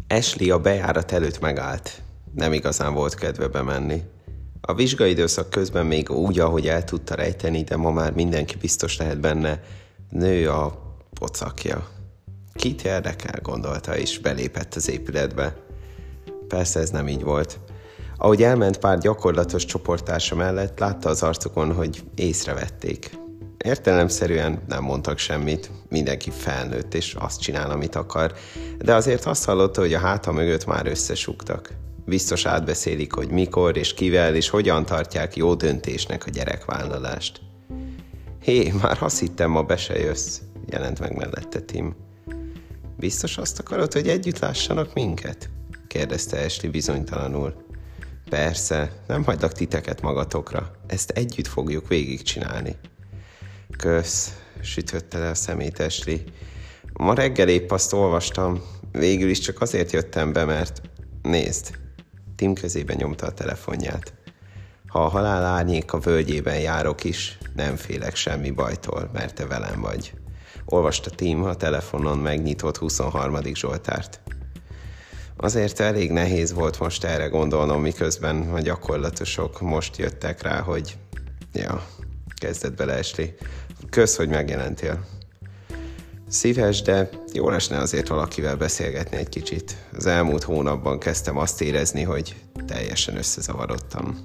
Ashley a bejárat előtt megállt. Nem igazán volt kedve bemenni. A vizsgaidőszak közben még úgy, ahogy el tudta rejteni, de ma már mindenki biztos lehet benne, nő a pocakja. Kit érdekel, gondolta, és belépett az épületbe. Persze ez nem így volt. Ahogy elment pár gyakorlatos csoporttársa mellett, látta az arcukon, hogy észrevették. Értelemszerűen nem mondtak semmit, mindenki felnőtt, és azt csinál, amit akar, de azért azt hallotta, hogy a háta mögött már összesugtak. Biztos átbeszélik, hogy mikor és kivel és hogyan tartják jó döntésnek a gyerekvállalást. Hé, már azt hittem, ma be se jössz, jelent meg mellette Tim. Biztos azt akarod, hogy együtt lássanak minket? Kérdezte Ashley bizonytalanul. Persze, nem hagylak titeket magatokra, ezt együtt fogjuk végigcsinálni. Kösz, sütötte le a szemét Ashley. Ma reggel épp azt olvastam, végül is csak azért jöttem be, mert... Nézd, Tim kezébe nyomta a telefonját. Ha a halál árnyéka völgyében járok is, nem félek semmi bajtól, mert te velem vagy. Olvasta Tim a telefonon megnyitott 23. Zsoltárt. Azért elég nehéz volt most erre gondolnom, miközben a gyakorlatosok most jöttek rá, hogy... Ja, kezdett bele Ashley. Kösz, hogy megjelentél. Szíves, de jól esne azért valakivel beszélgetni egy kicsit. Az elmúlt hónapban kezdtem azt érezni, hogy teljesen összezavarodtam.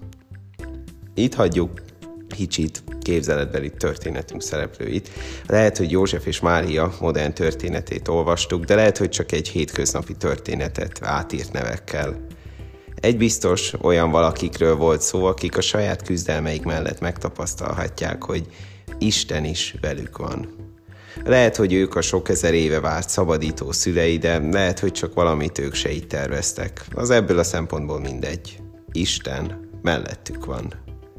Itt hagyjuk kicsit képzeletbeli történetünk szereplőit. Lehet, hogy József és Mária modern történetét olvastuk, de lehet, hogy csak egy hétköznapi történetet átírt nevekkel. Egy biztos, olyan valakikről volt szó, akik a saját küzdelmeik mellett megtapasztalhatják, hogy Isten is velük van. Lehet, hogy ők a sok ezer éve várt szabadító szülei, de lehet, hogy csak valamit ők se így terveztek. Az ebből a szempontból mindegy. Isten mellettük van.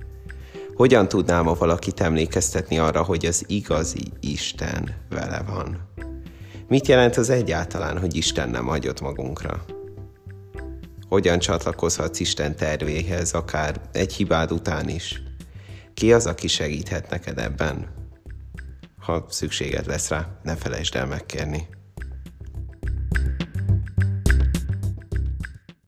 Hogyan tudnám a valakit emlékeztetni arra, hogy az igazi Isten vele van? Mit jelent az egyáltalán, hogy Isten nem hagyott magunkra? Hogyan csatlakozhatsz Isten tervéhez, akár egy hibád után is? Ki az, aki segíthet neked ebben? Ha szükséged lesz rá, ne felejtsd el megkérni.